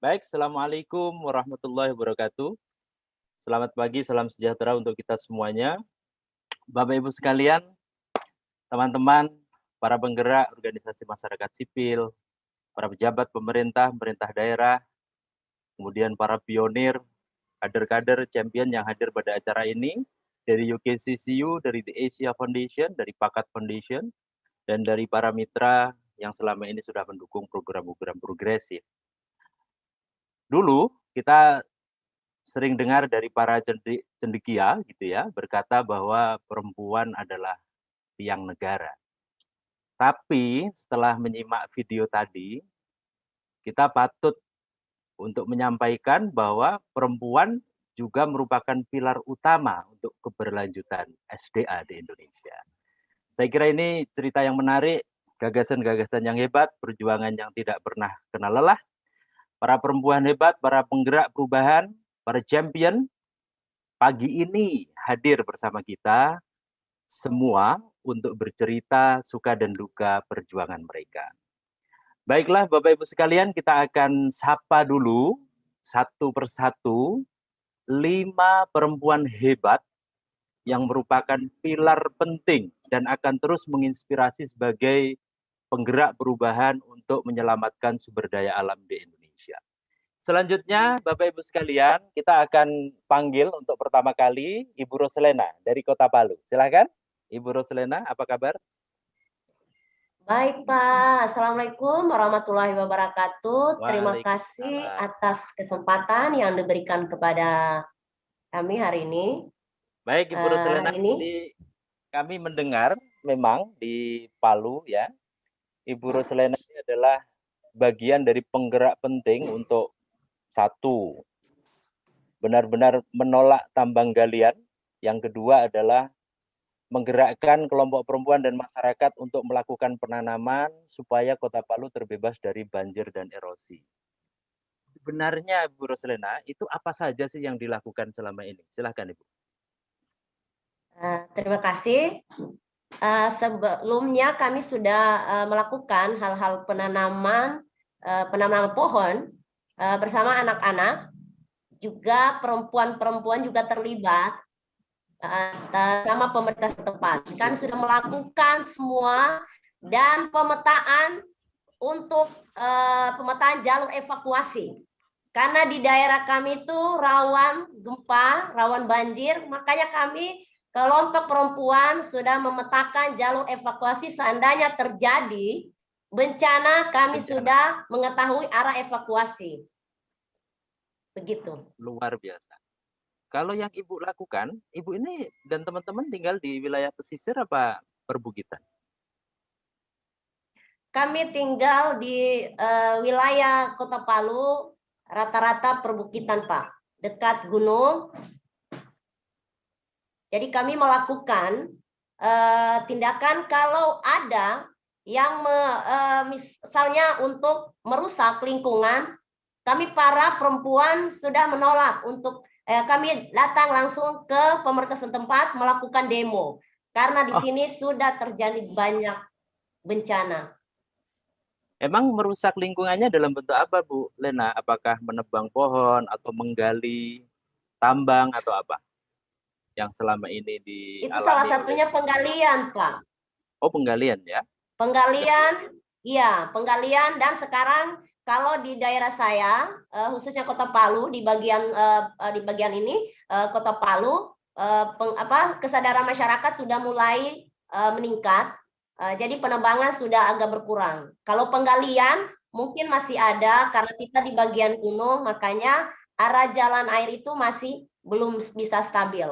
Baik, Assalamualaikum warahmatullahi wabarakatuh. Selamat pagi, salam sejahtera untuk kita semuanya. Bapak Ibu sekalian, teman-teman, para penggerak organisasi masyarakat sipil, para pejabat pemerintah, pemerintah daerah, kemudian para pionir, kader-kader, champion yang hadir pada acara ini, dari UKCCU, dari The Asia Foundation, dari Pakat Foundation, dan dari para mitra yang selama ini sudah mendukung program-program progresif. Dulu kita sering dengar dari para cendekia gitu ya, berkata bahwa perempuan adalah tiang negara. Tapi setelah menyimak video tadi, kita patut untuk menyampaikan bahwa perempuan juga merupakan pilar utama untuk keberlanjutan SDA di Indonesia. Saya kira ini cerita yang menarik, gagasan-gagasan yang hebat, perjuangan yang tidak pernah kenal lelah, para perempuan hebat, para penggerak perubahan, para champion, pagi ini hadir bersama kita semua untuk bercerita suka dan duka perjuangan mereka. Baiklah Bapak Ibu sekalian, kita akan sapa dulu satu persatu 5 perempuan hebat yang merupakan pilar penting dan akan terus menginspirasi sebagai penggerak perubahan untuk menyelamatkan sumber daya alam di Indonesia. Selanjutnya, Bapak Ibu sekalian, kita akan panggil untuk pertama kali Ibu Roslena dari Kota Palu. Silakan, Ibu Roslena, apa kabar? Baik, Pak. Assalamualaikum warahmatullahi wabarakatuh. Terima kasih Waalaikumsalam. atas kesempatan yang diberikan kepada kami hari ini. Baik, Ibu Roslena, Hari ini, jadi kami mendengar memang di Palu ya, Ibu Roslena ini adalah bagian dari penggerak penting untuk satu, benar-benar menolak tambang galian. Yang kedua adalah menggerakkan kelompok perempuan dan masyarakat untuk melakukan penanaman supaya Kota Palu terbebas dari banjir dan erosi. Sebenarnya Bu Roslena, itu apa saja sih yang dilakukan selama ini? Silahkan Ibu. terima kasih. Sebelumnya kami sudah melakukan hal-hal penanaman pohon bersama anak-anak, juga perempuan-perempuan juga terlibat sama pemerintah setempat. Kami sudah melakukan semua dan pemetaan untuk pemetaan jalur evakuasi. Karena di daerah kami itu rawan gempa, rawan banjir, makanya kami kelompok perempuan sudah memetakan jalur evakuasi seandainya terjadi bencana, kami sudah mengetahui arah evakuasi. Begitu. Luar biasa. Kalau yang Ibu lakukan, Ibu ini dan teman-teman tinggal di wilayah pesisir apa perbukitan? Kami tinggal di wilayah Kota Palu, rata-rata perbukitan, Pak, dekat gunung. Jadi kami melakukan tindakan kalau ada yang misalnya untuk merusak lingkungan, kami para perempuan sudah menolak untuk kami datang langsung ke pemerintah setempat melakukan demo karena di sini sudah terjadi banyak bencana. Emang merusak lingkungannya dalam bentuk apa Bu Lena? Apakah menebang pohon atau menggali tambang atau apa? Yang selama ini Itu salah dialami oleh satunya penggalian, Pak. Oh, penggalian ya? Penggalian, iya, penggalian, dan sekarang kalau di daerah saya, khususnya Kota Palu, di bagian ini Kota Palu, kesadaran masyarakat sudah mulai meningkat. Jadi penebangan sudah agak berkurang. Kalau penggalian mungkin masih ada karena kita di bagian gunung, makanya arah jalan air itu masih belum bisa stabil.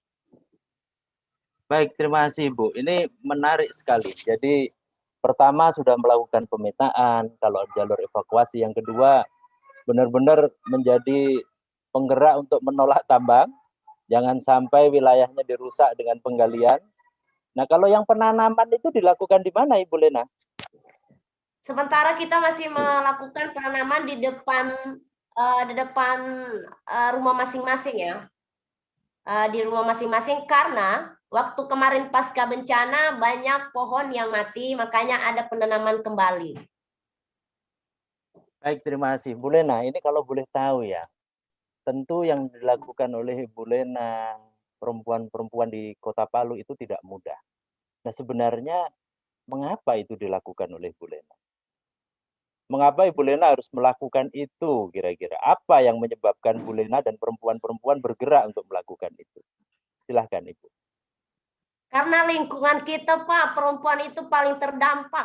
Baik, terima kasih Bu. Ini menarik sekali. Jadi pertama sudah melakukan pemetaan, kalau jalur evakuasi. Yang kedua benar-benar menjadi penggerak untuk menolak tambang. Jangan sampai wilayahnya dirusak dengan penggalian. Nah, kalau yang penanaman itu dilakukan di mana Ibu Lena? Sementara kita masih melakukan penanaman di depan rumah masing-masing ya, di rumah masing-masing karena waktu kemarin pasca bencana banyak pohon yang mati, makanya ada penanaman kembali. Baik, terima kasih. Bu Lena, ini kalau boleh tahu ya, tentu yang dilakukan oleh Ibu Lena, perempuan-perempuan di Kota Palu itu tidak mudah. Nah, sebenarnya mengapa itu dilakukan oleh Bu Lena? Mengapa Ibu Lena harus melakukan itu kira-kira? Apa yang menyebabkan Bu Lena dan perempuan-perempuan bergerak untuk melakukan itu? Silahkan Ibu. Karena lingkungan kita, Pak, perempuan itu paling terdampak.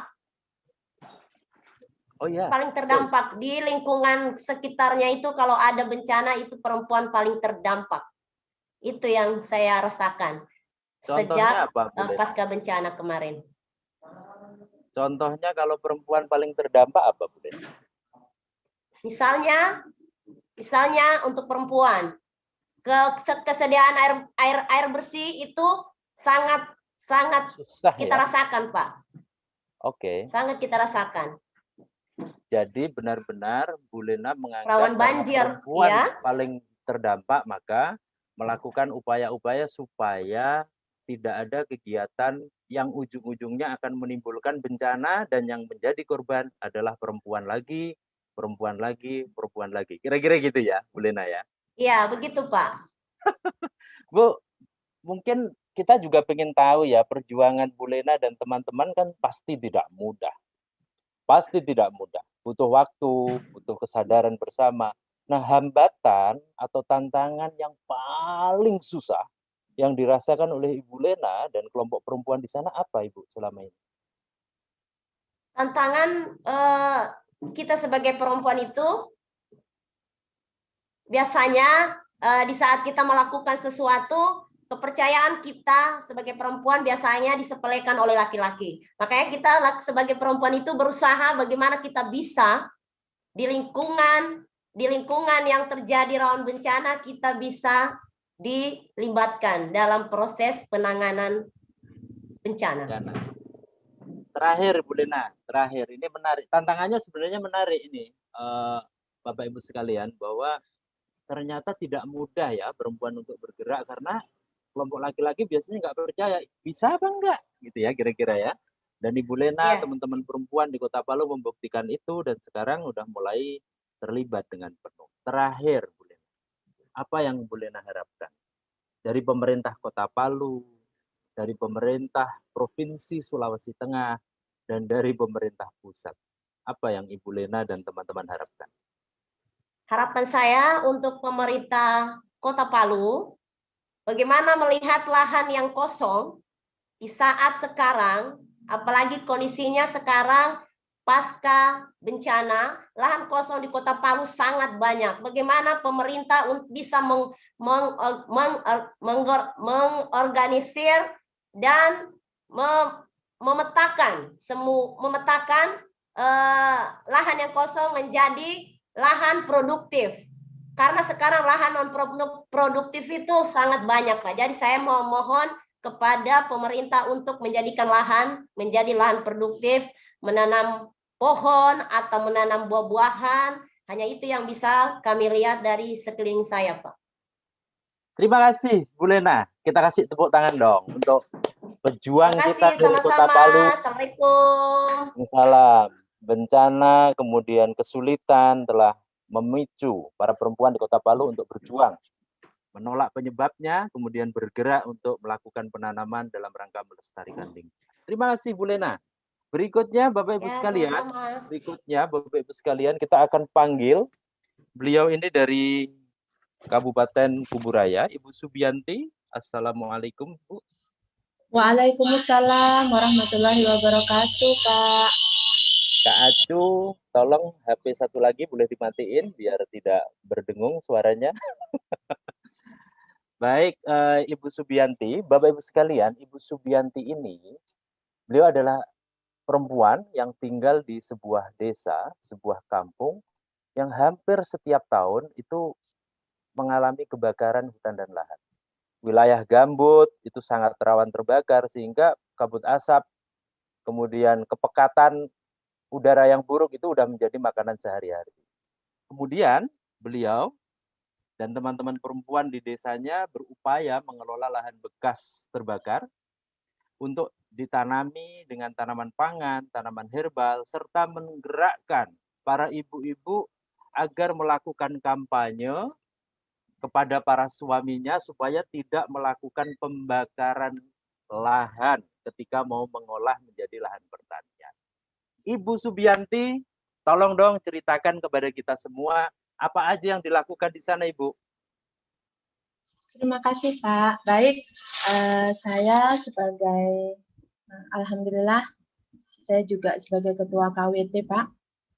Oh ya, Paling terdampak di lingkungan sekitarnya itu kalau ada bencana itu perempuan paling terdampak. Itu yang saya rasakan contohnya sejak apa Bu Lena? pasca bencana kemarin. Contohnya kalau perempuan paling terdampak apa Bu Lena? Misalnya untuk perempuan, kesediaan air bersih itu sangat Susah kita ya? rasakan, Pak. Oke. Sangat kita rasakan. Jadi benar-benar Bu Lena menganggap Rawan karena banjir, perempuan ya. paling terdampak, maka melakukan upaya-upaya supaya tidak ada kegiatan yang ujung-ujungnya akan menimbulkan bencana dan yang menjadi korban adalah perempuan lagi, perempuan lagi, perempuan lagi. Kira-kira gitu ya, Bu Lena ya. Iya, begitu, Pak. Bu, mungkin kita juga ingin tahu ya, perjuangan Bu Lena dan teman-teman kan pasti tidak mudah. Pasti tidak mudah, butuh waktu, butuh kesadaran bersama. Nah, hambatan atau tantangan yang paling susah yang dirasakan oleh Ibu Lena dan kelompok perempuan di sana apa, Ibu, selama ini? Tantangan kita sebagai perempuan itu biasanya di saat kita melakukan sesuatu, kepercayaan kita sebagai perempuan biasanya disepelekan oleh laki-laki. Makanya kita sebagai perempuan itu berusaha bagaimana kita bisa di lingkungan yang terjadi rawan bencana, kita bisa dilibatkan dalam proses penanganan bencana. Terakhir, Bu Lena, terakhir ini menarik. Tantangannya sebenarnya menarik ini, Bapak Ibu sekalian, bahwa ternyata tidak mudah ya perempuan untuk bergerak karena kelompok laki-laki biasanya nggak percaya bisa apa enggak gitu ya kira-kira ya. Dan Ibu Lena, Ya. teman-teman perempuan di Kota Palu membuktikan itu dan sekarang udah mulai terlibat dengan penuh. Terakhir, Bu Lena, apa yang Bu Lena harapkan dari pemerintah Kota Palu, dari pemerintah Provinsi Sulawesi Tengah, dan dari pemerintah pusat? Apa yang Ibu Lena dan teman-teman harapkan? Harapan saya untuk pemerintah Kota Palu, bagaimana melihat lahan yang kosong di saat sekarang, apalagi kondisinya sekarang pasca bencana, lahan kosong di Kota Palu sangat banyak. Bagaimana pemerintah bisa mengorganisir dan memetakan lahan yang kosong menjadi lahan produktif. Karena sekarang lahan non produktif itu sangat banyak, Pak. Jadi saya mau mohon kepada pemerintah untuk menjadikan lahan menjadi lahan produktif, menanam pohon atau menanam buah-buahan. Hanya itu yang bisa kami lihat dari sekeliling saya, Pak. Terima kasih, Bu Lena. Kita kasih tepuk tangan dong untuk pejuang kita dari Kota Sama-sama. Palu. Assalamualaikum. Salam. Bencana, kemudian kesulitan telah memicu para perempuan di Kota Palu untuk berjuang, menolak penyebabnya, kemudian bergerak untuk melakukan penanaman dalam rangka melestarikan lingkungan. Terima kasih, Bu Lena. Berikutnya, Bapak Ibu sekalian, kita akan panggil beliau ini dari Kabupaten Kuburaya, Ibu Subianti. Assalamualaikum, Bu. Waalaikumsalam warahmatullahi wabarakatuh, Kak. Kak Acu, tolong HP satu lagi boleh dimatiin biar tidak berdengung suaranya. Baik, Ibu Subianti, Bapak Ibu sekalian, Ibu Subianti ini, beliau adalah perempuan yang tinggal di sebuah desa, sebuah kampung, yang hampir setiap tahun itu mengalami kebakaran hutan dan lahan. Wilayah gambut itu sangat rawan terbakar sehingga kabut asap, kemudian kepekatan udara yang buruk itu sudah menjadi makanan sehari-hari. Kemudian beliau dan teman-teman perempuan di desanya berupaya mengelola lahan bekas terbakar untuk ditanami dengan tanaman pangan, tanaman herbal, serta menggerakkan para ibu-ibu agar melakukan kampanye kepada para suaminya supaya tidak melakukan pembakaran lahan ketika mau mengolah menjadi lahan pertanian. Ibu Subianti, tolong dong ceritakan kepada kita semua apa aja yang dilakukan di sana, Ibu. Terima kasih, Pak. Baik, saya sebagai, alhamdulillah, saya juga sebagai Ketua KWT, Pak.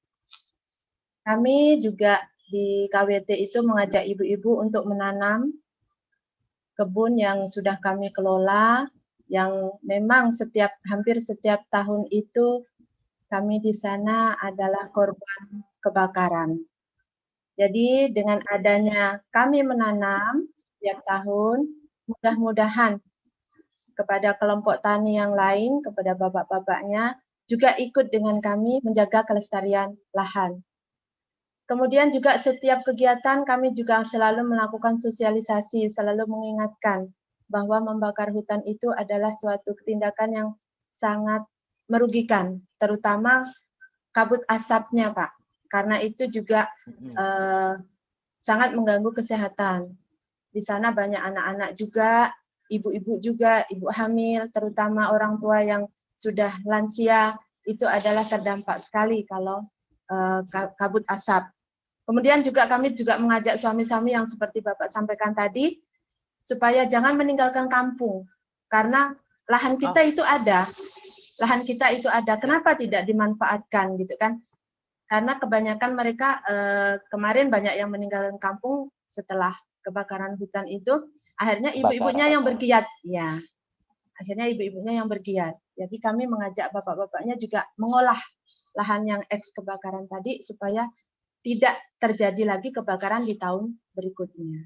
Kami juga di KWT itu mengajak ibu-ibu untuk menanam kebun yang sudah kami kelola, yang memang hampir setiap tahun itu kami di sana adalah korban kebakaran. Jadi dengan adanya kami menanam setiap tahun, mudah-mudahan kepada kelompok tani yang lain, kepada bapak-bapaknya, juga ikut dengan kami menjaga kelestarian lahan. Kemudian juga setiap kegiatan kami juga selalu melakukan sosialisasi, selalu mengingatkan bahwa membakar hutan itu adalah suatu tindakan yang sangat merugikan, terutama kabut asapnya, Pak. Karena itu juga sangat mengganggu kesehatan. Di sana banyak anak-anak juga, ibu-ibu juga, ibu hamil, terutama orang tua yang sudah lansia, itu adalah terdampak sekali kalau kabut asap. Kemudian juga kami juga mengajak suami-suami yang seperti Bapak sampaikan tadi, supaya jangan meninggalkan kampung. Karena lahan kita itu ada. Lahan kita itu ada. Kenapa tidak dimanfaatkan gitu kan? Karena kebanyakan mereka kemarin banyak yang meninggalkan kampung setelah kebakaran hutan itu, akhirnya ibu-ibunya yang bergiat. Ya, akhirnya ibu-ibunya yang bergiat. Jadi kami mengajak bapak-bapaknya juga mengolah lahan yang eks kebakaran tadi supaya tidak terjadi lagi kebakaran di tahun berikutnya.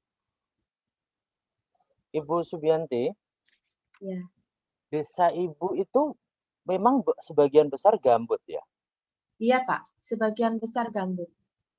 Ibu Subianti, Ya. desa Ibu itu memang sebagian besar gambut ya? Iya Pak, sebagian besar gambut.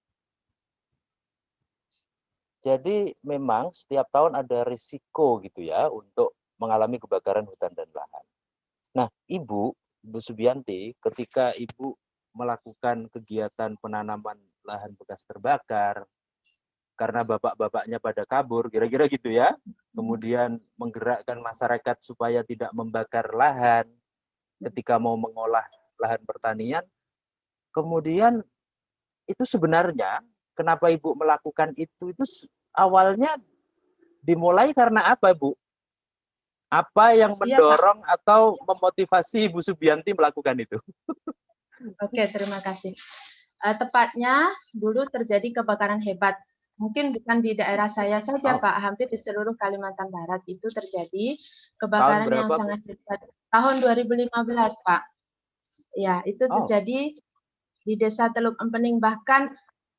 Jadi memang setiap tahun ada risiko gitu ya untuk mengalami kebakaran hutan dan lahan. Nah, Ibu Subianti, ketika Ibu melakukan kegiatan penanaman lahan bekas terbakar, karena bapak-bapaknya pada kabur, kira-kira gitu ya, kemudian menggerakkan masyarakat supaya tidak membakar lahan ketika mau mengolah lahan pertanian, kemudian itu sebenarnya kenapa Ibu melakukan itu awalnya dimulai karena apa, Bu? Apa yang mendorong atau memotivasi Ibu Subianti melakukan itu? Oke, terima kasih. Tepatnya dulu terjadi kebakaran hebat. Mungkin bukan di daerah saya saja, Pak. Hampir di seluruh Kalimantan Barat itu terjadi kebakaran yang sangat hebat. Tahun 2015, Pak. Ya, itu terjadi di Desa Teluk Empening. Bahkan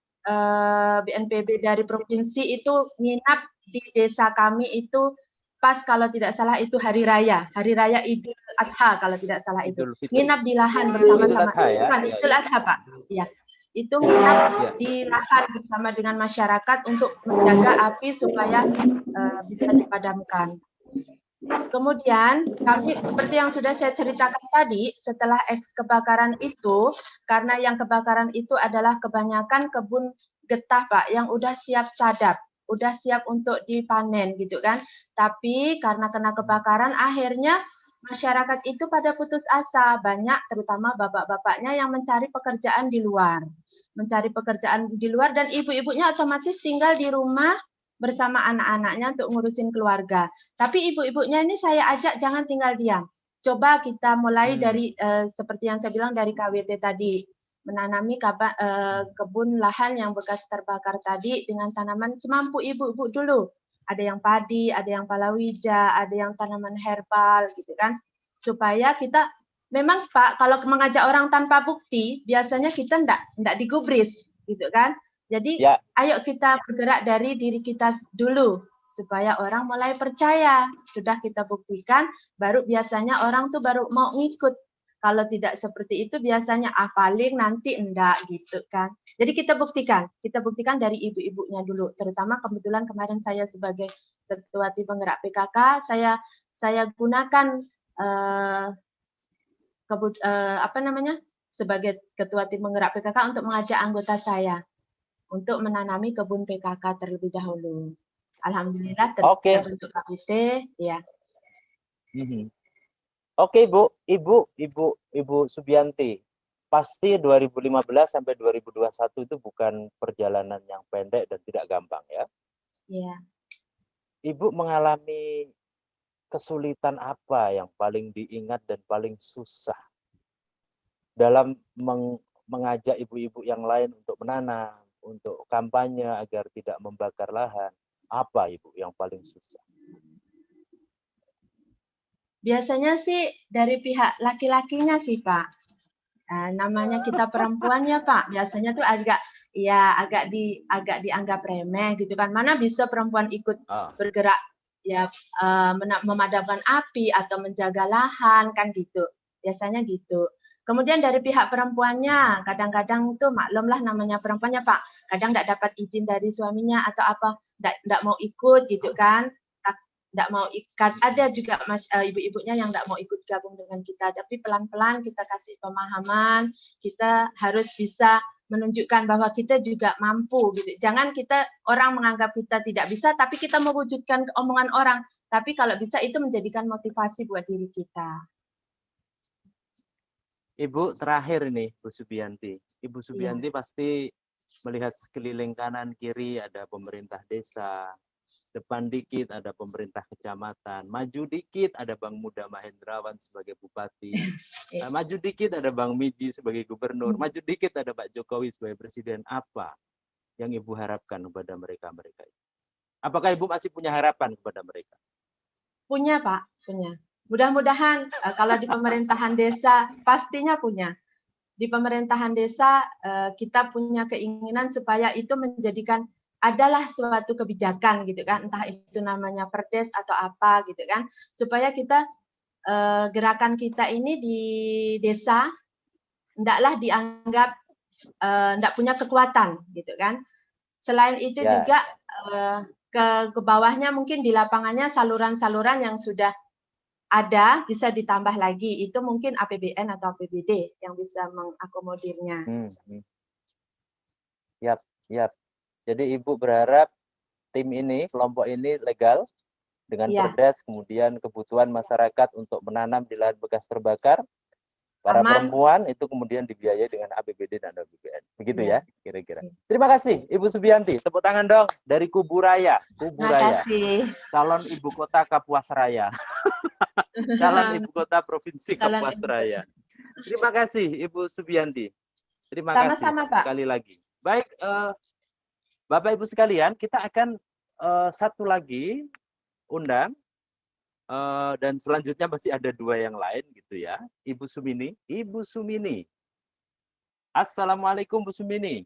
BNPB dari provinsi itu nginap di desa kami itu pas kalau tidak salah itu hari raya Idul Adha kalau tidak salah itu. Nginap di lahan bersama-sama. Idul Adha, Pak. Ya. Itu nginap di lahan bersama dengan masyarakat untuk menjaga api supaya bisa dipadamkan. Kemudian kami seperti yang sudah saya ceritakan tadi, setelah kebakaran itu, karena yang kebakaran itu adalah kebanyakan kebun getah, Pak, yang udah siap sadap, udah siap untuk dipanen gitu kan. Tapi karena kena kebakaran akhirnya masyarakat itu pada putus asa, banyak terutama bapak-bapaknya yang mencari pekerjaan di luar. Mencari pekerjaan di luar dan ibu-ibunya otomatis tinggal di rumah bersama anak-anaknya untuk ngurusin keluarga. Tapi ibu-ibunya ini saya ajak jangan tinggal diam. Coba kita mulai dari seperti yang saya bilang dari KWT tadi, menanami kebun lahan yang bekas terbakar tadi dengan tanaman semampu ibu-ibu dulu. Ada yang padi, ada yang palawija, ada yang tanaman herbal gitu kan. Supaya kita memang Pak, kalau mengajak orang tanpa bukti, biasanya kita enggak digubris gitu kan. Jadi ayo kita bergerak dari diri kita dulu supaya orang mulai percaya. Sudah kita buktikan, baru biasanya orang tuh baru mau ngikut. Kalau tidak seperti itu biasanya paling nanti enggak gitu kan. Jadi kita buktikan dari ibu-ibunya dulu. Terutama kebetulan kemarin saya sebagai ketua tim penggerak PKK, saya gunakan sebagai ketua tim penggerak PKK untuk mengajak anggota saya untuk menanami kebun PKK terlebih dahulu. Alhamdulillah terbentuk KPT, ya. Oke, Ibu Subianti. Pasti 2015 sampai 2021 itu bukan perjalanan yang pendek dan tidak gampang ya. Iya. Ibu mengalami kesulitan apa yang paling diingat dan paling susah dalam mengajak ibu-ibu yang lain untuk menanam, untuk kampanye agar tidak membakar lahan? Apa Ibu yang paling susah? Biasanya sih dari pihak laki-lakinya sih, Pak. Nah, namanya kita perempuan ya, Pak. Biasanya tuh agak dianggap remeh gitu kan. Mana bisa perempuan ikut bergerak ya, memadamkan api atau menjaga lahan kan gitu. Biasanya gitu. Kemudian dari pihak perempuannya, kadang-kadang tuh maklumlah namanya perempuannya, Pak. Kadang tidak dapat izin dari suaminya atau apa, tidak mau ikut gitu kan. Tidak mau ikat, ada juga ibu-ibunya yang tidak mau ikut gabung dengan kita, tapi pelan-pelan kita kasih pemahaman, kita harus bisa menunjukkan bahwa kita juga mampu gitu. Jangan orang menganggap kita tidak bisa, tapi kita mewujudkan omongan orang. Tapi kalau bisa itu menjadikan motivasi buat diri kita. Ibu terakhir ini, Bu Subianti. Ibu Subianti pasti melihat sekeliling kanan kiri ada pemerintah desa. Depan dikit ada pemerintah kecamatan, maju dikit ada Bang Muda Mahendrawan sebagai bupati, maju dikit ada Bang Miji sebagai gubernur, maju dikit ada Pak Jokowi sebagai presiden. Apa yang Ibu harapkan kepada mereka-mereka? Apakah Ibu masih punya harapan kepada mereka? Punya, Pak, punya. Mudah-mudahan kalau di pemerintahan desa pastinya punya. Di pemerintahan desa kita punya keinginan supaya itu menjadikan adalah suatu kebijakan gitu kan, entah itu namanya perdes atau apa gitu kan, supaya kita gerakan kita ini di desa hendaklah dianggap tidak punya kekuatan gitu kan. Selain itu juga ke bawahnya mungkin di lapangannya saluran-saluran yang sudah ada bisa ditambah lagi, itu mungkin APBN atau APBD yang bisa mengakomodirnya. Yap. Jadi Ibu berharap tim ini, kelompok ini legal dengan perdes, kemudian kebutuhan masyarakat untuk menanam di lahan bekas terbakar, para perempuan itu kemudian dibiayai dengan APBD dan APBN. Begitu ya, kira-kira. Terima kasih Ibu Subianti. Tepuk tangan dong dari Kubu Raya. Calon Ibu Kota Kapuas Raya. Calon Ibu Kota Provinsi Kapuas Raya. Terima kasih Ibu Subianti. Terima kasih sekali lagi. Baik, Bapak Ibu sekalian, kita akan satu lagi undang dan selanjutnya masih ada dua yang lain gitu ya. Ibu Sumini. Assalamualaikum Bu Sumini.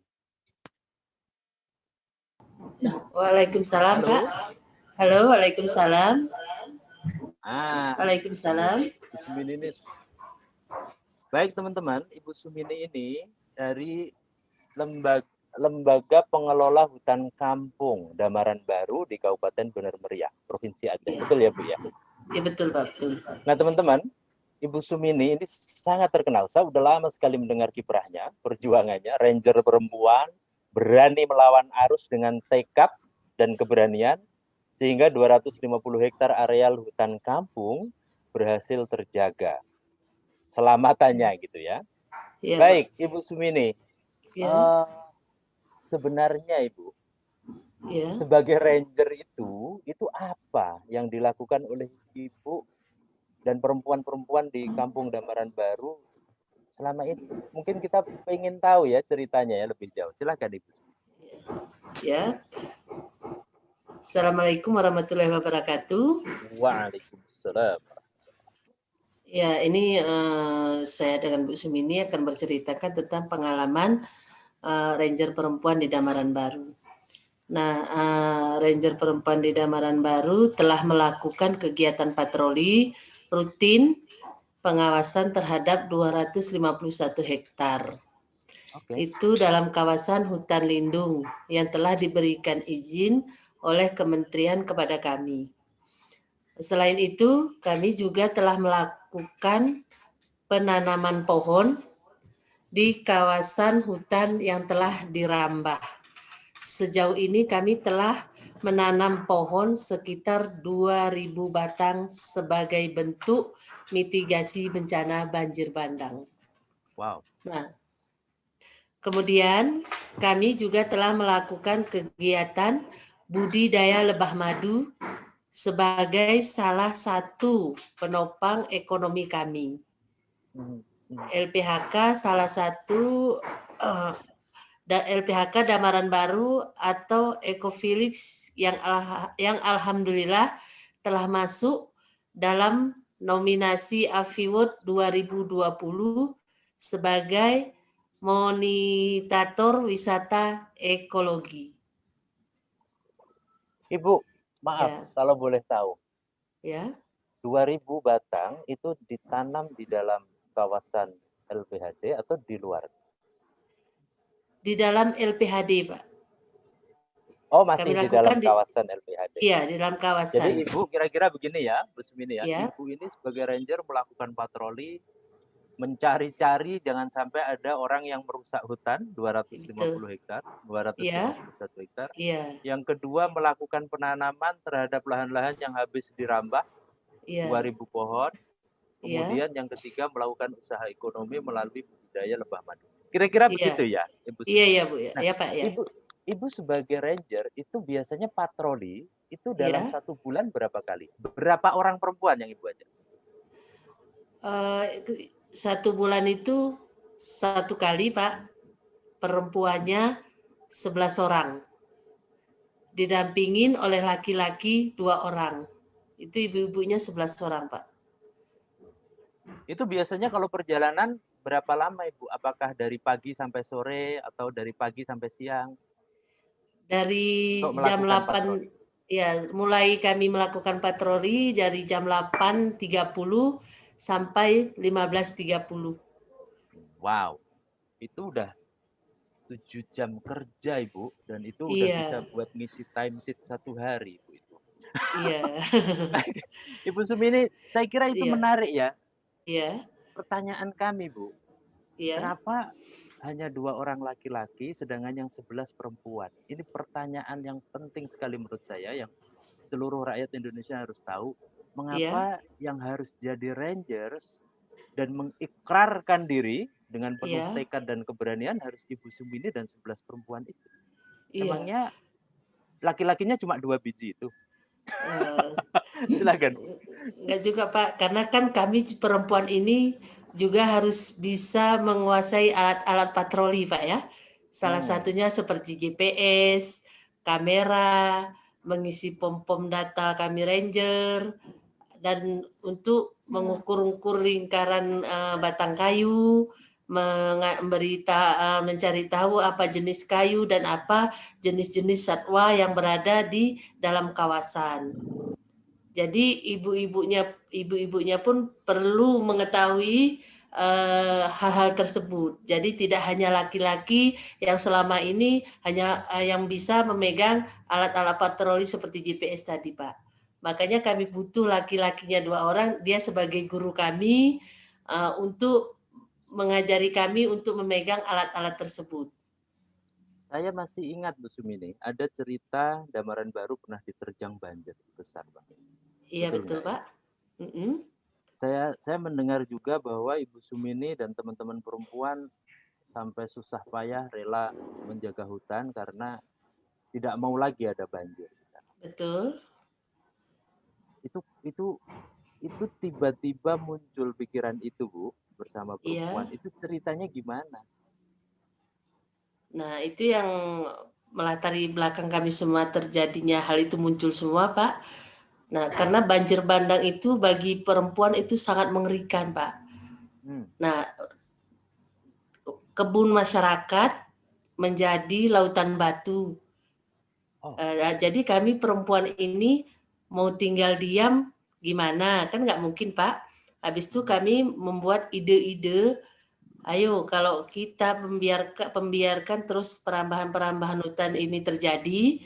Waalaikumsalam. Halo. Pak. Halo, waalaikumsalam. Waalaikumsalam. Bu Sumini ini. Baik teman-teman, Ibu Sumini ini dari Lembaga Pengelola Hutan Kampung Damaran Baru di Kabupaten Bener Meriah, Provinsi Aceh. Betul ya Bu ya? Iya betul Pak, betul. Nah teman-teman, Ibu Sumini ini sangat terkenal. Saya udah lama sekali mendengar kiprahnya, perjuangannya, ranger perempuan, berani melawan arus dengan tekad dan keberanian, sehingga 250 hektar areal hutan kampung berhasil terjaga. Selamatannya gitu ya. Ya baik, Pak. Ibu Sumini. Ya. Sebenarnya Ibu, sebagai ranger itu apa yang dilakukan oleh Ibu dan perempuan-perempuan di Kampung Damaran Baru selama ini? Mungkin kita ingin tahu ya ceritanya ya lebih jauh. Silakan Ibu. Ya. Assalamualaikum warahmatullahi wabarakatuh. Waalaikumsalam. Ya, ini saya dengan Bu Sumini akan berceritakan tentang pengalaman Ranger perempuan di Damaran Baru. Nah, Ranger perempuan di Damaran Baru telah melakukan kegiatan patroli rutin pengawasan terhadap 251 hektar. Itu dalam kawasan hutan lindung yang telah diberikan izin oleh kementerian kepada kami. Selain itu, kami juga telah melakukan penanaman pohon di kawasan hutan yang telah dirambah. Sejauh ini kami telah menanam pohon sekitar 2.000 batang sebagai bentuk mitigasi bencana banjir bandang. Wow. Nah, kemudian kami juga telah melakukan kegiatan budidaya lebah madu sebagai salah satu penopang ekonomi kami. LPHK salah satu LPHK Damaran Baru atau Ecovillage yang alhamdulillah telah masuk dalam nominasi Afiword 2020 sebagai monitator wisata ekologi. Ibu, maaf Ya. kalau boleh tahu. Ya. 2.000 batang itu ditanam di dalam kawasan LPHD atau di luar? Di dalam LPHD, Pak. Oh, masih Kami di dalam lakukan kawasan LPHD. Iya, di dalam kawasan. Jadi Ibu kira-kira begini ya, Bu Sumini ya. Ya. Ibu ini sebagai ranger melakukan patroli, mencari-cari jangan sampai ada orang yang merusak hutan 250 hektar, 251 hektar. Iya. Yang kedua melakukan penanaman terhadap lahan-lahan yang habis dirambah, 2.000 pohon. Kemudian yang ketiga melakukan usaha ekonomi melalui budidaya lebah madu. Kira-kira begitu ya, Ibu? Iya, Bu. Nah, Ya, Pak, ya. Ibu sebagai ranger itu biasanya patroli itu dalam 1 bulan berapa kali? Berapa orang perempuan yang Ibu ajak? 1 bulan itu 1 kali, Pak. Perempuannya 11 orang. Didampingin oleh laki-laki 2 orang. Itu ibu-ibunya 11 orang, Pak. Itu biasanya kalau perjalanan berapa lama, Ibu? Apakah dari pagi sampai sore atau dari pagi sampai siang? Dari jam 8 patroli. Ya, mulai kami melakukan patroli dari jam 8.30 sampai 15.30. Wow. Itu udah 7 jam kerja, Ibu, dan itu udah bisa buat ngisi time sheet 1 hari, Ibu itu. Iya. Ibu Sumini, saya kira itu menarik ya. Iya. Pertanyaan kami, Bu. Iya. Kenapa hanya 2 orang laki-laki sedangkan yang 11 perempuan? Ini pertanyaan yang penting sekali menurut saya yang seluruh rakyat Indonesia harus tahu. Mengapa yang harus jadi rangers dan mengikrarkan diri dengan penuh tekad dan keberanian harus Ibu Sumini dan 11 perempuan itu? Emangnya laki-lakinya cuma 2 biji itu? Silakan. Enggak juga, Pak, karena kan kami perempuan ini juga harus bisa menguasai alat-alat patroli, Pak ya. Salah satunya seperti GPS, kamera, mengisi pom-pom data kami ranger, dan untuk mengukur-ukur lingkaran batang kayu, mencari tahu apa jenis kayu dan apa jenis-jenis satwa yang berada di dalam kawasan. Jadi ibu-ibunya pun perlu mengetahui hal-hal tersebut. Jadi tidak hanya laki-laki yang selama ini hanya yang bisa memegang alat-alat patroli seperti GPS tadi, Pak. Makanya kami butuh laki-lakinya 2 orang, dia sebagai guru kami untuk mengajari kami untuk memegang alat-alat tersebut. Saya masih ingat, Bu Sumini, ada cerita Damaran Baru pernah diterjang banjir besar, Pak. Iya, betul, Pak. Saya mendengar juga bahwa Ibu Sumini dan teman-teman perempuan sampai susah payah rela menjaga hutan karena tidak mau lagi ada banjir. Betul. Itu tiba-tiba muncul pikiran itu, Bu, bersama perempuan. Itu ceritanya gimana? Nah, itu yang melatari belakang kami semua terjadinya hal itu muncul semua, Pak. Nah, karena banjir bandang itu bagi perempuan itu sangat mengerikan, Pak. Nah, kebun masyarakat menjadi lautan batu. Jadi kami perempuan ini mau tinggal diam gimana? Kan nggak mungkin, Pak. Habis itu kami membuat ide-ide. Ayo, kalau kita membiarkan terus perambahan hutan ini terjadi,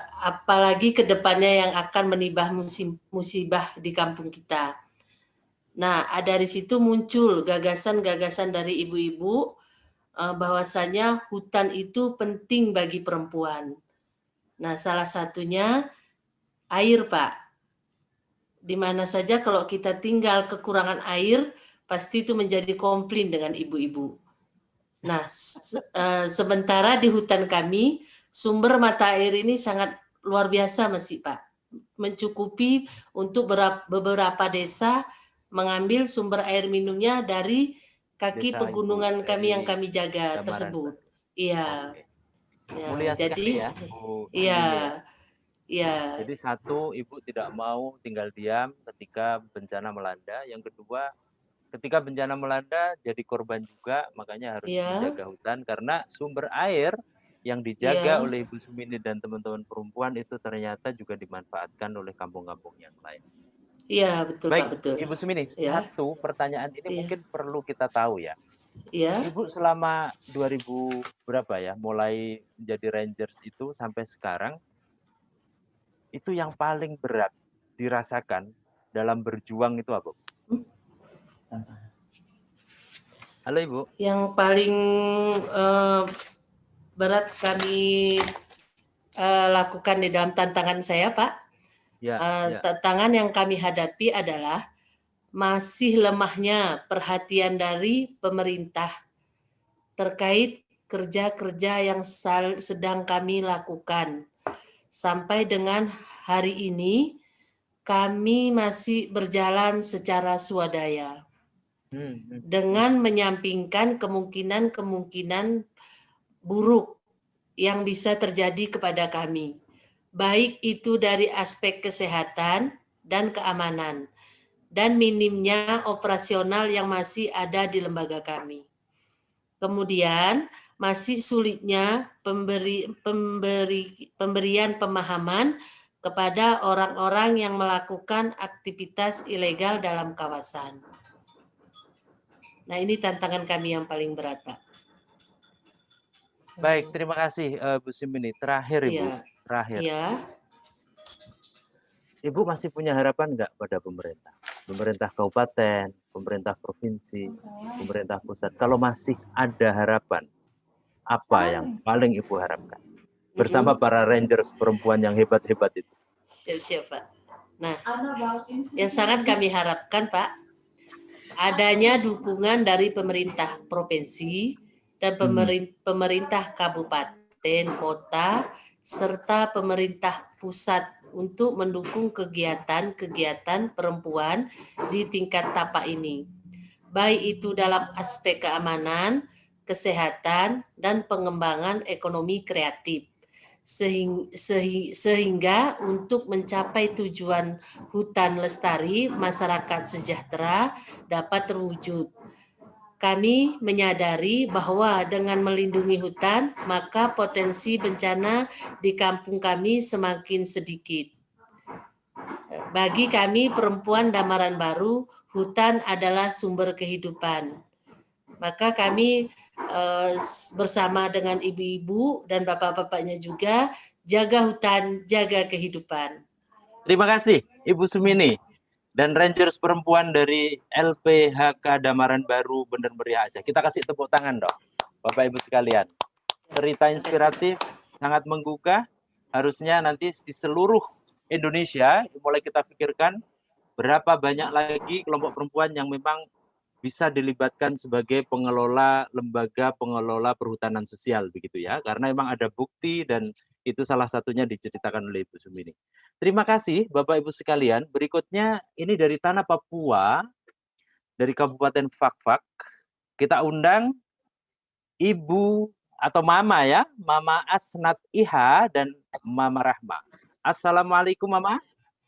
apalagi ke depannya yang akan menimba musibah di kampung kita. Nah, dari situ muncul gagasan-gagasan dari ibu-ibu bahwasanya hutan itu penting bagi perempuan. Nah, salah satunya air, Pak. Di mana saja kalau kita tinggal kekurangan air, pasti itu menjadi komplain dengan ibu-ibu. Nah, sementara di hutan kami, sumber mata air ini sangat luar biasa masih, Pak. Mencukupi untuk beberapa desa mengambil sumber air minumnya dari kaki Desa pegunungan Ibu kami yang dari kami jaga Damaran tersebut. Baru. Iya. Oke. Ya, Mulia jadi sekali ya, Bu iya, Sumini ya. iya, Jadi satu, Ibu tidak mau tinggal diam ketika bencana melanda. Yang kedua, ketika bencana melanda jadi korban juga, makanya harus iya, menjaga hutan karena sumber air yang dijaga iya, oleh Ibu Sumini dan teman-teman perempuan itu ternyata juga dimanfaatkan oleh kampung-kampung yang lain. iya, betul Pak, Baik, betul. Ibu Sumini, Ya, satu pertanyaan ini iya, mungkin perlu kita tahu ya. iya. Ibu selama 2000 berapa ya, mulai menjadi Rangers itu sampai sekarang, itu yang paling berat dirasakan dalam berjuang itu apa? Halo Ibu. Yang paling berat kami lakukan di dalam tantangan saya, Pak, Ya, ya. tantangan yang kami hadapi adalah masih lemahnya perhatian dari pemerintah terkait kerja-kerja yang sedang kami lakukan. Sampai dengan hari ini, kami masih berjalan secara swadaya dengan menyampingkan kemungkinan-kemungkinan buruk yang bisa terjadi kepada kami, baik itu dari aspek kesehatan dan keamanan, dan minimnya operasional yang masih ada di lembaga kami. Kemudian, masih sulitnya pemberian pemahaman kepada orang-orang yang melakukan aktivitas ilegal dalam kawasan. Nah, ini tantangan kami yang paling berat, Pak. Baik, terima kasih Bu Simini. Terakhir Ibu, terakhir. Iya. Ibu masih punya harapan nggak pada pemerintah? Pemerintah kabupaten, pemerintah provinsi, pemerintah pusat. Kalau masih ada harapan, apa yang paling Ibu harapkan? Bersama para Rangers perempuan yang hebat-hebat itu. Siap-siap, Pak. Nah, yang sangat kami harapkan, Pak, adanya dukungan dari pemerintah provinsi dan pemerintah kabupaten, kota, serta pemerintah pusat untuk mendukung kegiatan-kegiatan perempuan di tingkat tapak ini. Baik itu dalam aspek keamanan, kesehatan, dan pengembangan ekonomi kreatif. Sehingga untuk mencapai tujuan hutan lestari, masyarakat sejahtera dapat terwujud. Kami menyadari bahwa dengan melindungi hutan, maka potensi bencana di kampung kami semakin sedikit. Bagi kami perempuan Damaran Baru, hutan adalah sumber kehidupan. Maka kami bersama dengan ibu-ibu dan bapak-bapaknya juga jaga hutan, jaga kehidupan. Terima kasih Ibu Sumini dan Rangers perempuan dari LPHK Damaran Baru Bener Meriah Aceh. Kita kasih tepuk tangan dong, Bapak Ibu sekalian. Cerita inspiratif, sangat menggugah. Harusnya nanti di seluruh Indonesia mulai kita pikirkan berapa banyak lagi kelompok perempuan yang memang bisa dilibatkan sebagai pengelola lembaga pengelola perhutanan sosial begitu ya, karena memang ada bukti dan itu salah satunya diceritakan oleh Ibu Sumini. Terima kasih Bapak Ibu sekalian. Berikutnya ini dari tanah Papua, dari Kabupaten Fakfak. Kita undang Ibu atau Mama ya, Mama Asnat Iha dan Mama Rahma. Assalamualaikum Mama.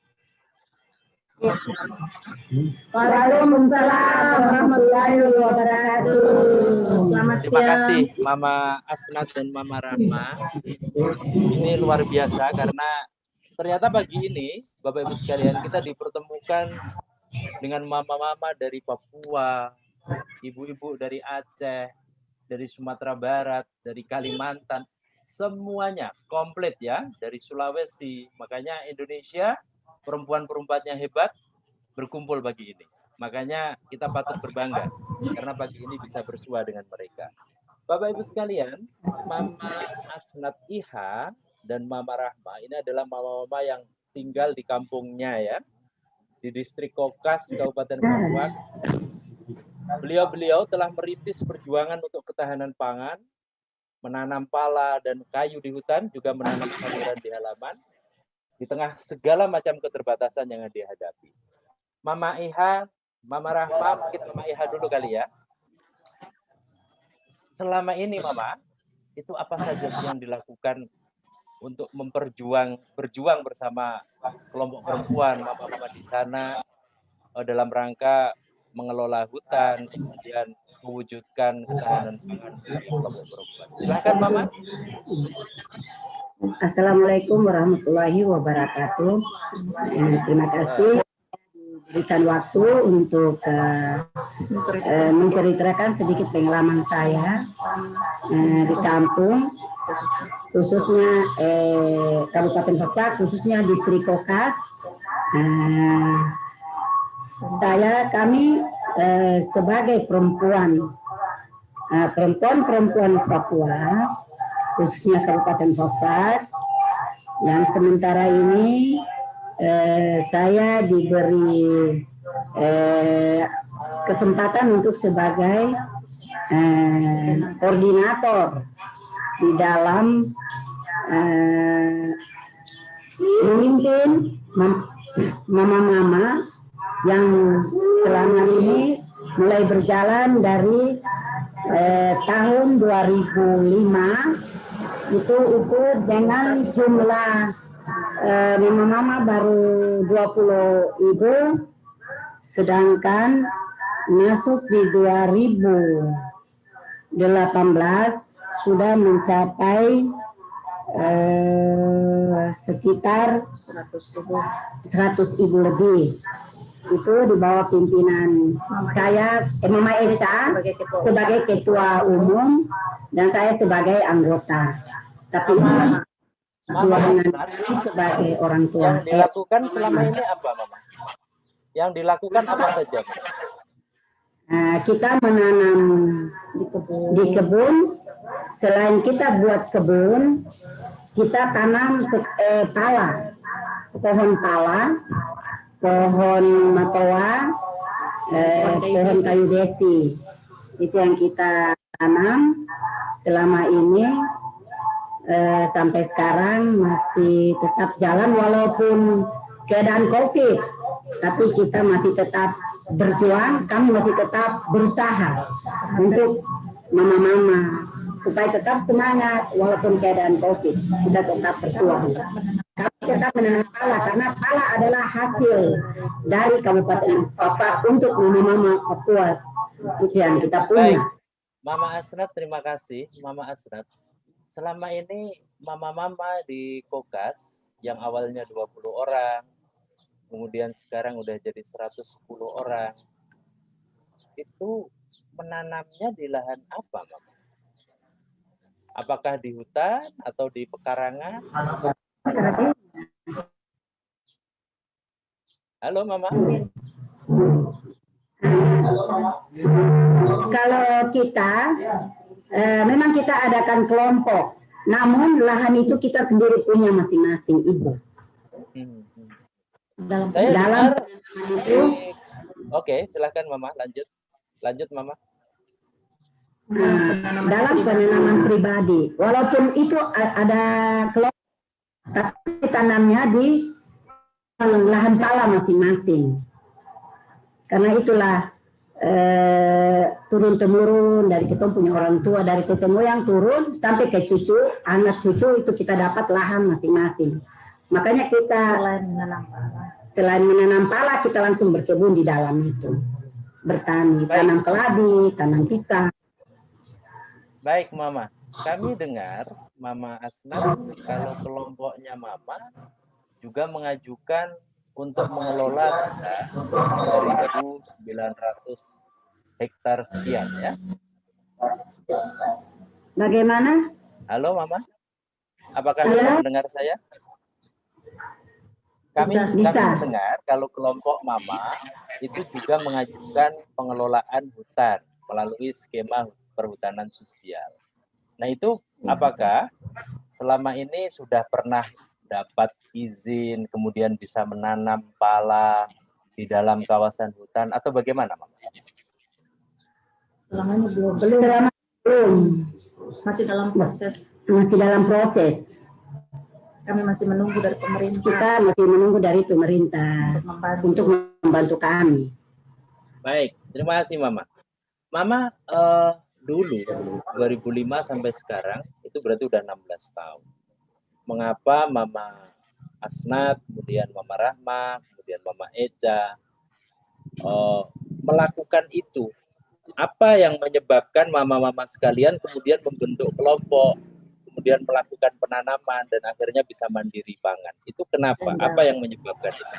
Waalaikumsalam warahmatullahi wabarakatuh. Selamat siang. Terima kasih Mama Asnat dan Mama Rahma. Ini luar biasa karena ternyata pagi ini Bapak Ibu sekalian kita dipertemukan dengan mama-mama dari Papua, ibu-ibu dari Aceh, dari Sumatera Barat, dari Kalimantan, semuanya komplit ya, dari Sulawesi. Makanya Indonesia perempuan-perempuannya hebat berkumpul pagi ini. Makanya kita patut berbangga karena pagi ini bisa bersua dengan mereka. Bapak Ibu sekalian, Mama Asnat Iha dan Mama Rahma ini adalah mama-mama yang tinggal di kampungnya ya, di distrik Kokas, Kabupaten Pamuan. Beliau-beliau telah merintis perjuangan untuk ketahanan pangan, menanam pala dan kayu di hutan, juga menanam sayuran di halaman, di tengah segala macam keterbatasan yang dihadapi. Mama Iha, Mama Rahma, mungkin Mama Iha dulu kali ya. Selama ini Mama, itu apa saja yang dilakukan untuk berjuang bersama kelompok perempuan, mama-mama di sana dalam rangka mengelola hutan, kemudian mewujudkan ketahanan pangan bagi kelompok perempuan. Silakan Mama. Assalamualaikum warahmatullahi wabarakatuh. Terima kasih diberikan waktu untuk menceritakan sedikit pengalaman saya di kampung, khususnya Kabupaten Fakfak, khususnya distrik Kokas. Kami sebagai perempuan Papua, khususnya Kabupaten Fakfak, yang sementara ini saya diberi kesempatan untuk sebagai koordinator di dalam memimpin mama-mama yang selama ini mulai berjalan dari tahun 2005 itu dengan jumlah mama-mama baru 20 ibu, sedangkan masuk di 2018 sudah mencapai sekitar 100 ibu lebih. Itu di bawah pimpinan saya, Mama Eca sebagai ketua umum dan saya sebagai anggota. Tapi sebagai orang tua. Yang dilakukan selama ini apa, Mama? Yang dilakukan apa saja? Kita menanam di kebun. Selain kita buat kebun, kita tanam pala, pohon pala, pohon matoa, pohon kayu desi. Itu yang kita tanam selama ini. Sampai sekarang masih tetap jalan walaupun keadaan COVID, tapi kita masih tetap berjuang, kami masih tetap berusaha untuk mama-mama supaya tetap semangat walaupun keadaan COVID, kita tetap berjuang. Kami tetap menanam pala karena pala adalah hasil dari Kabupaten Fakfak untuk mama-mama Papua. Itu yang kita punya. Baik. Mama Asnat, terima kasih Mama Asnat. Selama ini mama-mama di Kokas yang awalnya 20 orang, kemudian sekarang udah jadi 110 orang, itu menanamnya di lahan apa, Mama? Apakah di hutan atau di pekarangan? Halo, Mama. Kalau kita memang kita adakan kelompok, namun lahan itu kita sendiri punya masing-masing ibu. Saya Dalam itu, oke, silahkan Mama, lanjut Mama. Dalam penanaman pribadi, walaupun itu ada kelompok, tapi tanamnya di lahan pala masing-masing. Karena itulah turun-temurun dari kita punya orang tua, dari tetangga moyang turun sampai ke cucu, anak cucu itu kita dapat lahan masing-masing. Makanya kita selain menanam pala, kita langsung berkebun di dalam itu, bertani, tanam keladi, tanam pisang. Baik Mama, kami dengar Mama Asnat kalau kelompoknya Mama juga mengajukan untuk mengelola 1.900 hektar sekian ya. Bagaimana? Halo Mama, apakah bisa mendengar saya? Kami bisa. mendengar kalau kelompok Mama itu juga mengajukan pengelolaan hutan melalui skema perhutanan sosial. Nah itu apakah selama ini sudah pernah dapat izin kemudian bisa menanam pala di dalam kawasan hutan atau bagaimana, Mama? Selamanya belum. Selama belum. Masih dalam proses. Masih dalam proses. Kami masih menunggu dari pemerintah. Kita masih menunggu dari pemerintah untuk membantu kami. Baik, terima kasih Mama. Mama dulu 2005 sampai sekarang itu berarti udah 16 tahun. Mengapa Mama Asnat, kemudian Mama Rahma, kemudian Mama Eca melakukan itu? Apa yang menyebabkan mama-mama sekalian kemudian membentuk kelompok, kemudian melakukan penanaman dan akhirnya bisa mandiri pangan? Itu kenapa? Apa yang menyebabkan itu?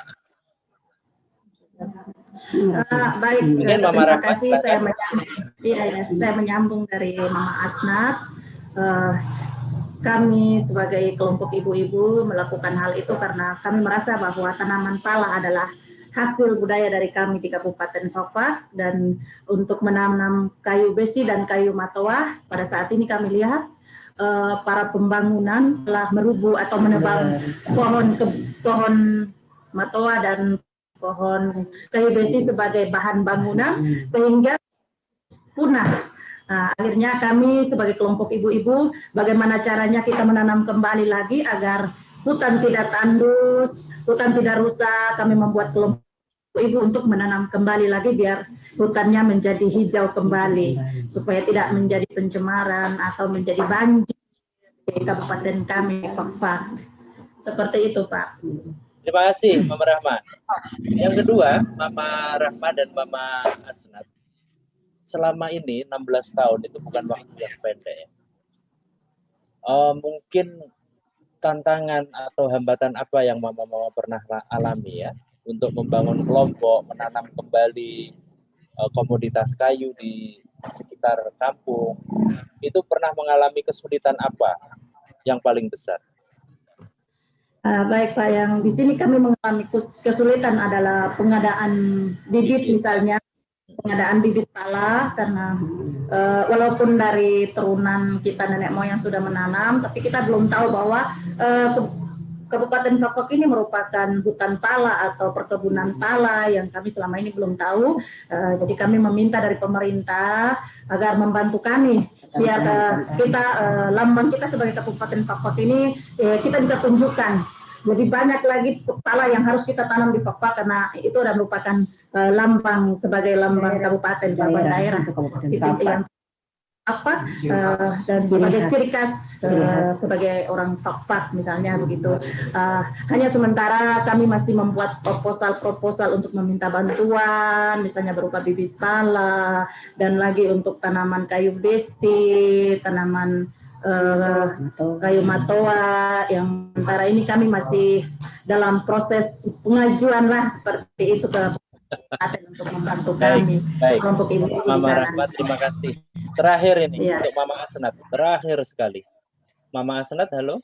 Baik, terima kasih. Saya menyambung dari Mama Asnat. Kami sebagai kelompok ibu-ibu melakukan hal itu karena kami merasa bahwa tanaman pala adalah hasil budaya dari kami di Kabupaten Fak-Fak, dan untuk menanam kayu besi dan kayu matoa pada saat ini kami lihat para pembangunan telah merubuh atau menebang pohon matoa dan pohon kayu besi sebagai bahan bangunan sehingga punah. Nah, akhirnya kami sebagai kelompok ibu-ibu, bagaimana caranya kita menanam kembali lagi agar hutan tidak tandus, hutan tidak rusak. Kami membuat kelompok ibu untuk menanam kembali lagi biar hutannya menjadi hijau kembali, supaya tidak menjadi pencemaran atau menjadi banjir di kabupaten kami Fak-Fak. Seperti itu, Pak. Terima kasih Mama Rahma. Yang kedua, Mama Rahma dan Mama Asnat, selama ini 16 tahun itu bukan waktu yang pendek ya. Mungkin tantangan atau hambatan apa yang mama-mama pernah alami ya untuk membangun kelompok, menanam kembali komoditas kayu di sekitar kampung, itu pernah mengalami kesulitan apa yang paling besar? Baik Pak, yang di sini kami mengalami kesulitan adalah pengadaan bibit, misalnya pengadaan bibit pala, karena walaupun dari turunan kita nenek moyang sudah menanam, tapi kita belum tahu bahwa Kabupaten Fak-Fak ini merupakan hutan pala atau perkebunan pala yang kami selama ini belum tahu. Jadi kami meminta dari pemerintah agar membantu kami biar kita lambang kita sebagai Kabupaten Fak-Fak ini kita bisa tunjukkan lebih banyak lagi pala yang harus kita tanam di Fak-Fak, karena itu adalah merupakan lambang sebagai lambang kabupaten, lambang daerah yang Fak-Fak dan sebagai ciri khas sebagai orang Fak-Fak misalnya begitu. Hanya sementara kami masih membuat proposal untuk meminta bantuan, misalnya berupa bibit pala dan lagi untuk tanaman kayu besi, tanaman kayu matoa, yang sementara ini kami masih dalam proses pengajuan lah seperti itu ke untuk membantu kami. Baik. Kelompok ibu Mama Rahma, terima kasih. Terakhir ini untuk Mama Asnat, terakhir sekali. Mama Asnat, halo.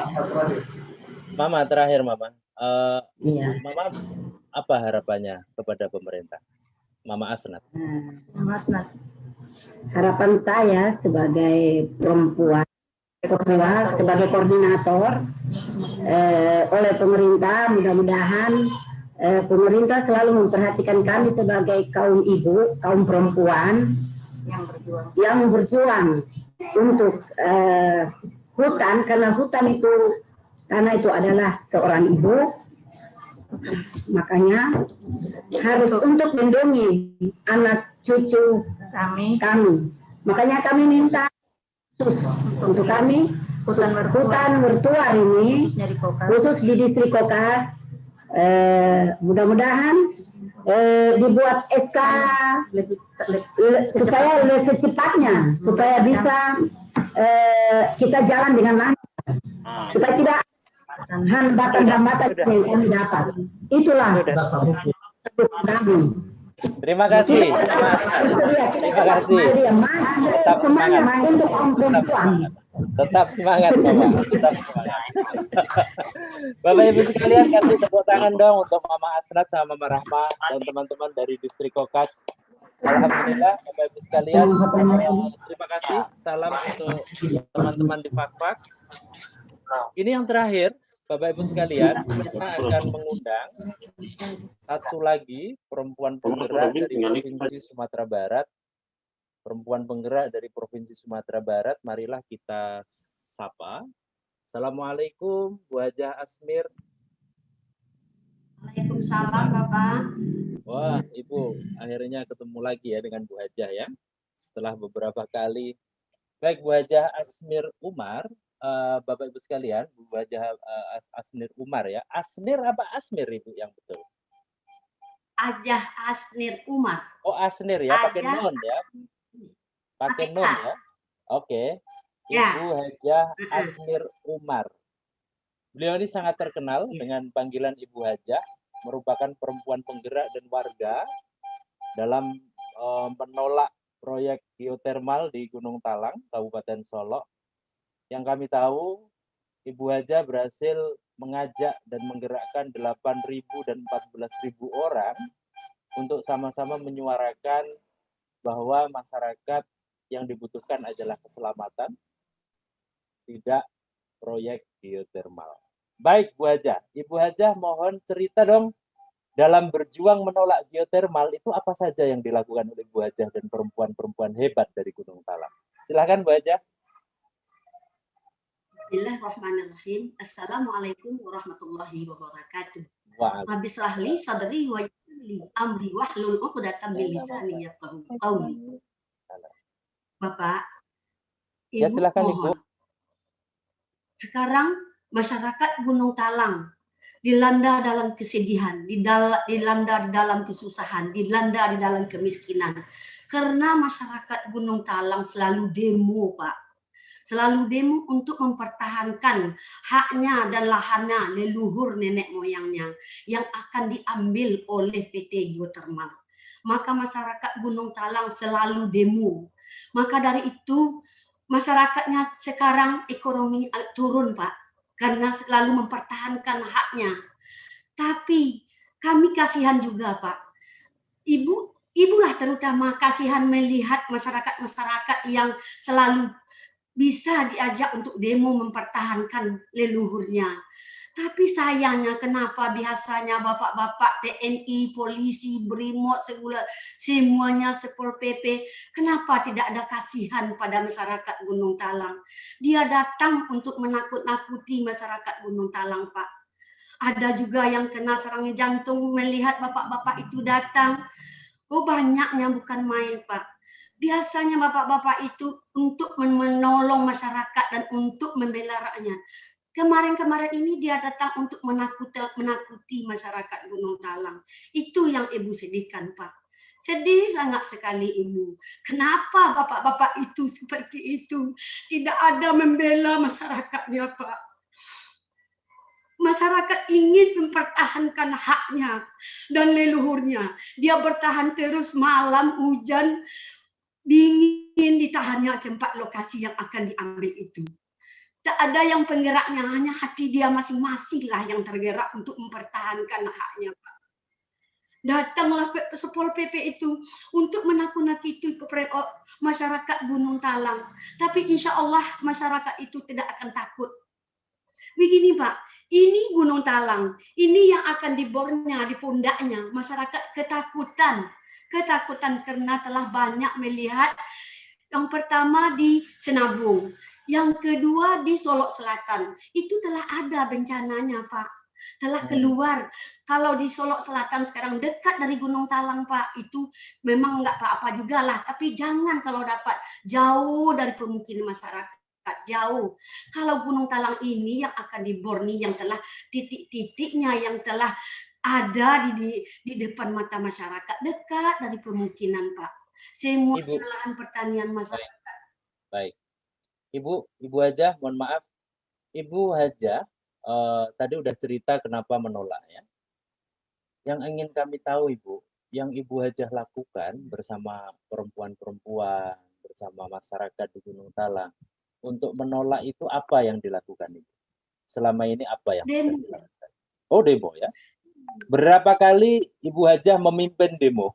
Mama, terakhir Mama. Mama, apa harapannya kepada pemerintah? Mama Asnat. Mama Asnat. Harapan saya sebagai perempuan, sebagai koordinator oleh pemerintah, mudah-mudahan pemerintah selalu memperhatikan kami sebagai kaum ibu, kaum perempuan yang berjuang untuk hutan, karena hutan itu adalah seorang ibu, makanya harus untuk melindungi anak cucu kami. Makanya kami minta khusus untuk kami hutan mertuar ini khusus di distrik Kokas. Mudah-mudahan dibuat SK supaya secepatnya, supaya bisa kita jalan dengan lancar, supaya tidak hambatan-hambatan yang kami dapat. Itulah kami. Terima kasih. Terima kasih. Tetap semangat untuk perempuan. Tetap semangat, Mama. Tetap semangat. Bapak Ibu sekalian, kasih tepuk tangan dong untuk Mama Asnat sama Mama Rahma dan teman-teman dari Distrik Kokas. Alhamdulillah Bapak Ibu sekalian, terima kasih. Salam untuk teman-teman di Fakfak. Ini yang terakhir, Bapak Ibu sekalian, kita akan mengundang satu lagi perempuan penggerak dari Provinsi Sumatera Barat. Perempuan penggerak dari Provinsi Sumatera Barat, marilah kita sapa. Assalamualaikum, Bu Hajah Asmir. Waalaikumsalam, Bapak. Wah, Ibu, akhirnya ketemu lagi ya dengan Bu Hajah ya, setelah beberapa kali. Baik, Bu Hajah Asmir Umar, Bapak Ibu sekalian, Bu Hajah Asmir Umar ya. Asmir apa Asmir Ibu yang betul? Hajah Asnir Umar. Oh, Asnir ya, pakai non ya. Pakai non ya. Oke. Ibu Hajah Asmir Umar. Beliau ini sangat terkenal dengan panggilan Ibu Hajah, merupakan perempuan penggerak dan warga dalam menolak proyek geotermal di Gunung Talang, Kabupaten Solok. Yang kami tahu, Ibu Hajah berhasil mengajak dan menggerakkan 8.000 dan 14.000 orang untuk sama-sama menyuarakan bahwa masyarakat yang dibutuhkan adalah keselamatan, tidak proyek geotermal. Baik, Bu Hajah. Ibu Hajah mohon cerita dong, dalam berjuang menolak geotermal itu apa saja yang dilakukan oleh Bu Hajah dan perempuan-perempuan hebat dari Gunung Talang. Silakan Bu Hajah. Bismillahirrahmanirrahim. Assalamualaikum warahmatullahi wabarakatuh. Rabbi shrah li sadri wa yassir li amri wahlul 'uqdatam min lisani yafqahu qawli. Bapak, Ibu, ya, silakan, mohon. Ibu. Sekarang masyarakat Gunung Talang dilanda dalam kesedihan, dilanda di dalam kesusahan, dilanda di dalam kemiskinan. Karena masyarakat Gunung Talang selalu demo, Pak. Selalu demo untuk mempertahankan haknya dan lahannya leluhur nenek moyangnya yang akan diambil oleh PT Geothermal. Maka masyarakat Gunung Talang selalu demo. Maka dari itu masyarakatnya sekarang ekonomi turun, Pak, karena selalu mempertahankan haknya. Tapi kami kasihan juga, Pak. Ibulah terutama kasihan melihat masyarakat-masyarakat yang selalu bisa diajak untuk demo mempertahankan leluhurnya. Tapi sayangnya kenapa biasanya bapak-bapak TNI, polisi, BRIMOB, semuanya Satpol PP, kenapa tidak ada kasihan pada masyarakat Gunung Talang? Dia datang untuk menakut-nakuti masyarakat Gunung Talang, Pak. Ada juga yang kena serangan jantung melihat bapak-bapak itu datang. Oh, banyaknya bukan main, Pak. Biasanya bapak-bapak itu untuk menolong masyarakat dan untuk membela rakyat. Kemarin-kemarin ini dia datang untuk menakuti masyarakat Gunung Talang. Itu yang Ibu sedihkan, Pak. Sedih sangat sekali Ibu. Kenapa bapak-bapak itu seperti itu? Tidak ada membela masyarakatnya, Pak. Masyarakat ingin mempertahankan haknya dan leluhurnya. Dia bertahan terus malam, hujan, dingin, ditahannya tempat lokasi yang akan diambil itu. Tak ada yang penggeraknya, hanya hati dia masing-masing lah yang tergerak untuk mempertahankan haknya, Pak. Datanglah Satpol PP itu untuk menakut-nakuti masyarakat Gunung Talang. Tapi insya Allah masyarakat itu tidak akan takut. Begini, Pak, ini Gunung Talang, ini yang akan dibornya, di pundaknya, masyarakat ketakutan karena telah banyak melihat. Yang pertama di Senabung, yang kedua di Solok Selatan. Itu telah ada bencananya, Pak. Telah keluar. Kalau di Solok Selatan sekarang dekat dari Gunung Talang, Pak, itu memang nggak apa-apa juga lah. Tapi jangan kalau dapat jauh dari pemukiman masyarakat, jauh. Kalau Gunung Talang ini yang akan diborni, yang telah titik-titiknya yang telah ada di depan mata masyarakat, dekat dari pemukiman, Pak. Semua lahan pertanian masyarakat. Baik. Ibu Hajah, mohon maaf. Ibu Hajah tadi udah cerita kenapa menolak ya. Yang ingin kami tahu Ibu, yang Ibu Hajah lakukan bersama perempuan-perempuan, bersama masyarakat di Gunung Talang, untuk menolak itu apa yang dilakukan Ibu? selama ini apa yang Demo. dilakukan? Oh, demo ya. Berapa kali Ibu Hajah memimpin demo?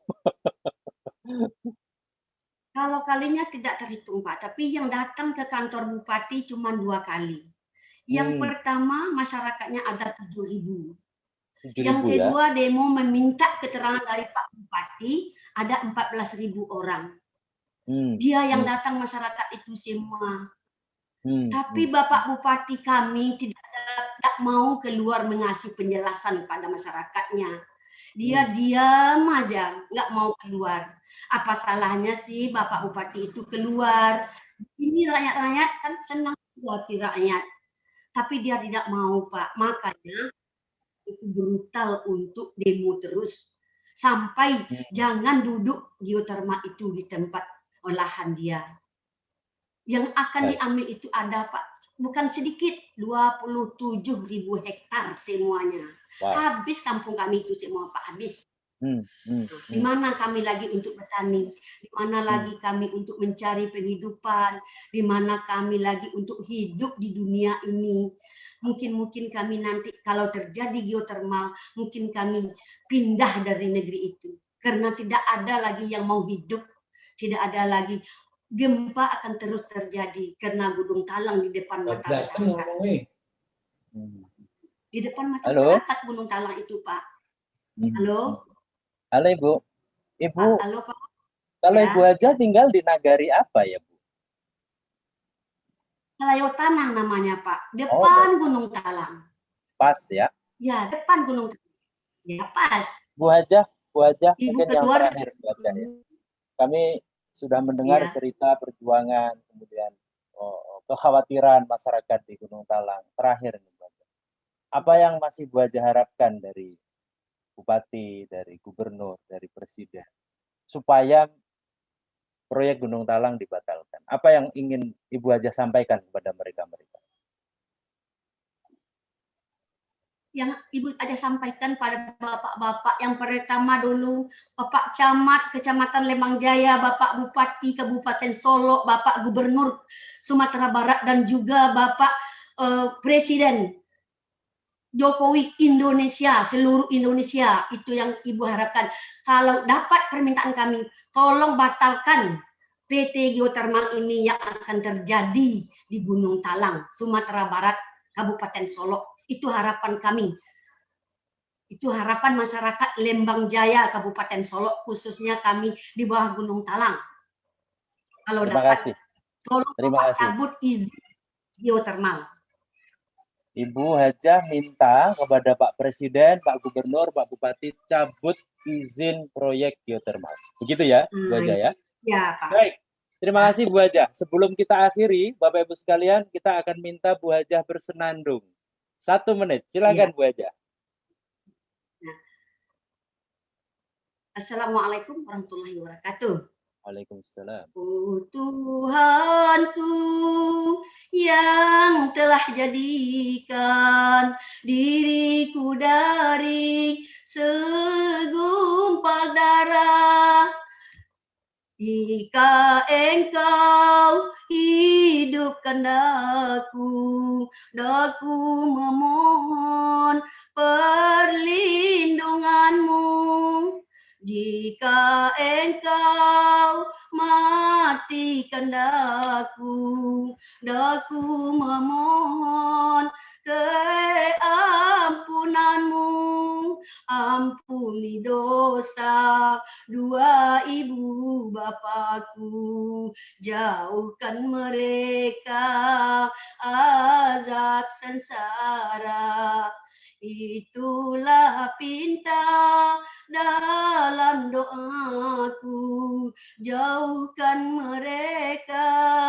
Kalau kalinya tidak terhitung, Pak, tapi yang datang ke kantor Bupati cuma 2 kali. Yang pertama masyarakatnya ada 7.000. Yang kedua ya? Demo meminta keterangan dari Pak Bupati ada 14.000 orang. Dia yang datang masyarakat itu semua. Tapi Bapak Bupati kami tidak mau keluar mengasih penjelasan pada masyarakatnya. Dia diam aja, nggak mau keluar. Apa salahnya sih Bapak Bupati itu keluar? Ini rakyat-rakyat kan senang hati rakyat. Tapi dia tidak mau, Pak. Makanya itu brutal untuk demo terus. Sampai jangan duduk geotermal itu di tempat olahan dia. Yang akan diambil itu ada, Pak, bukan sedikit, 27.000 hektar semuanya. Wow. Habis kampung kami itu semua, Pak, habis. Di mana kami lagi untuk bertani, di mana lagi kami untuk mencari penghidupan, di mana kami lagi untuk hidup di dunia ini. Mungkin kami nanti kalau terjadi geotermal, mungkin kami pindah dari negeri itu. Karena tidak ada lagi yang mau hidup, tidak ada lagi. Gempa akan terus terjadi karena gunung talang di depan mata masyarakat. Di depan mata masyarakat gunung talang itu, Pak. Halo? Halo, Ibu. Ibu, halo, Pak. Kalau ya. Ibu Hajah tinggal di nagari apa ya, Bu? Kalayotanang namanya, Pak. Depan Gunung Talang. Pas ya? Ya, depan Gunung Talang. Ya, pas. Bu Hajah, Ibu mungkin yang terakhir, Bu Hajah ya. Kami sudah mendengar cerita perjuangan, kemudian kekhawatiran masyarakat di Gunung Talang. Terakhir nih, Bu Hajah. Apa yang masih Bu Hajah harapkan dari Bupati, dari Gubernur, dari Presiden, supaya proyek Gunung Talang dibatalkan? Apa yang ingin Ibu Hajah sampaikan kepada mereka-mereka? Yang Ibu Hajah sampaikan pada bapak-bapak yang pertama dulu, Bapak Camat Kecamatan Lembang Jaya, Bapak Bupati Kabupaten Solo, Bapak Gubernur Sumatera Barat, dan juga Bapak Presiden Jokowi Indonesia, seluruh Indonesia, itu yang Ibu harapkan. Kalau dapat permintaan kami, tolong batalkan PT Geotermal ini yang akan terjadi di Gunung Talang, Sumatera Barat, Kabupaten Solo. Itu harapan kami. Itu harapan masyarakat Lembang Jaya, Kabupaten Solo, khususnya kami di bawah Gunung Talang. Kalau dapat, tolong cabut izin geotermal. Ibu Hajah minta kepada Pak Presiden, Pak Gubernur, Pak Bupati cabut izin proyek geotermal. Begitu ya, Bu Hajah ya? Ya, Pak. Baik, terima kasih Bu Hajah. Sebelum kita akhiri, Bapak Ibu sekalian, kita akan minta Bu Hajah bersenandung. 1 menit, silakan Bu Hajah. Assalamualaikum warahmatullahi wabarakatuh. Waalaikumsalam. Oh Tuhanku yang telah jadikan diriku dari segumpal darah, jika Engkau hidupkan daku memohon perlindunganmu. Jika Engkau matikan daku memohon keampunanmu. Ampuni dosa dua ibu bapakku, jauhkan mereka azab sengsara. Itulah pinta dalam doaku, jauhkan mereka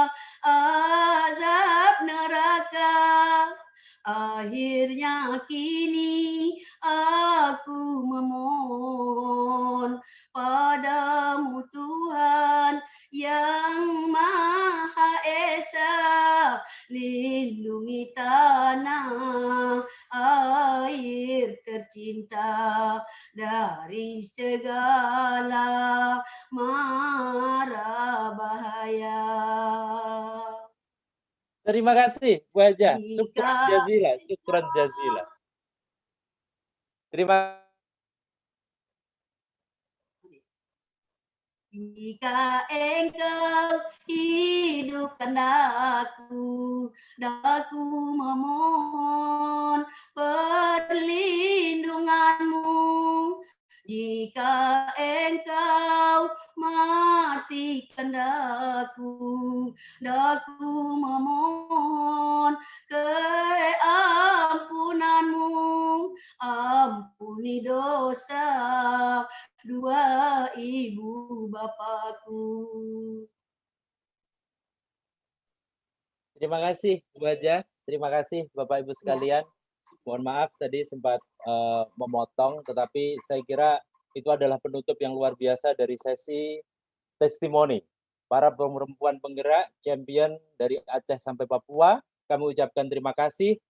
azab neraka. Akhirnya kini aku memohon padamu Tuhan yang Maha Esa, lindungi tanah air tercinta dari segala mara bahaya. Terima kasih Bu Haja. Syukran jazila, syukran jazila. Terima kasih. Jika engkau hidupkan daku memohon perlindunganmu. Jika engkau matikan daku memohon keampunanmu. Ampuni dosa dua ibu bapakku. Terima kasih Bu Haja, terima kasih Bapak Ibu sekalian. Mohon maaf tadi sempat memotong, tetapi saya kira itu adalah penutup yang luar biasa dari sesi testimoni para perempuan penggerak champion dari Aceh sampai Papua. Kami ucapkan terima kasih.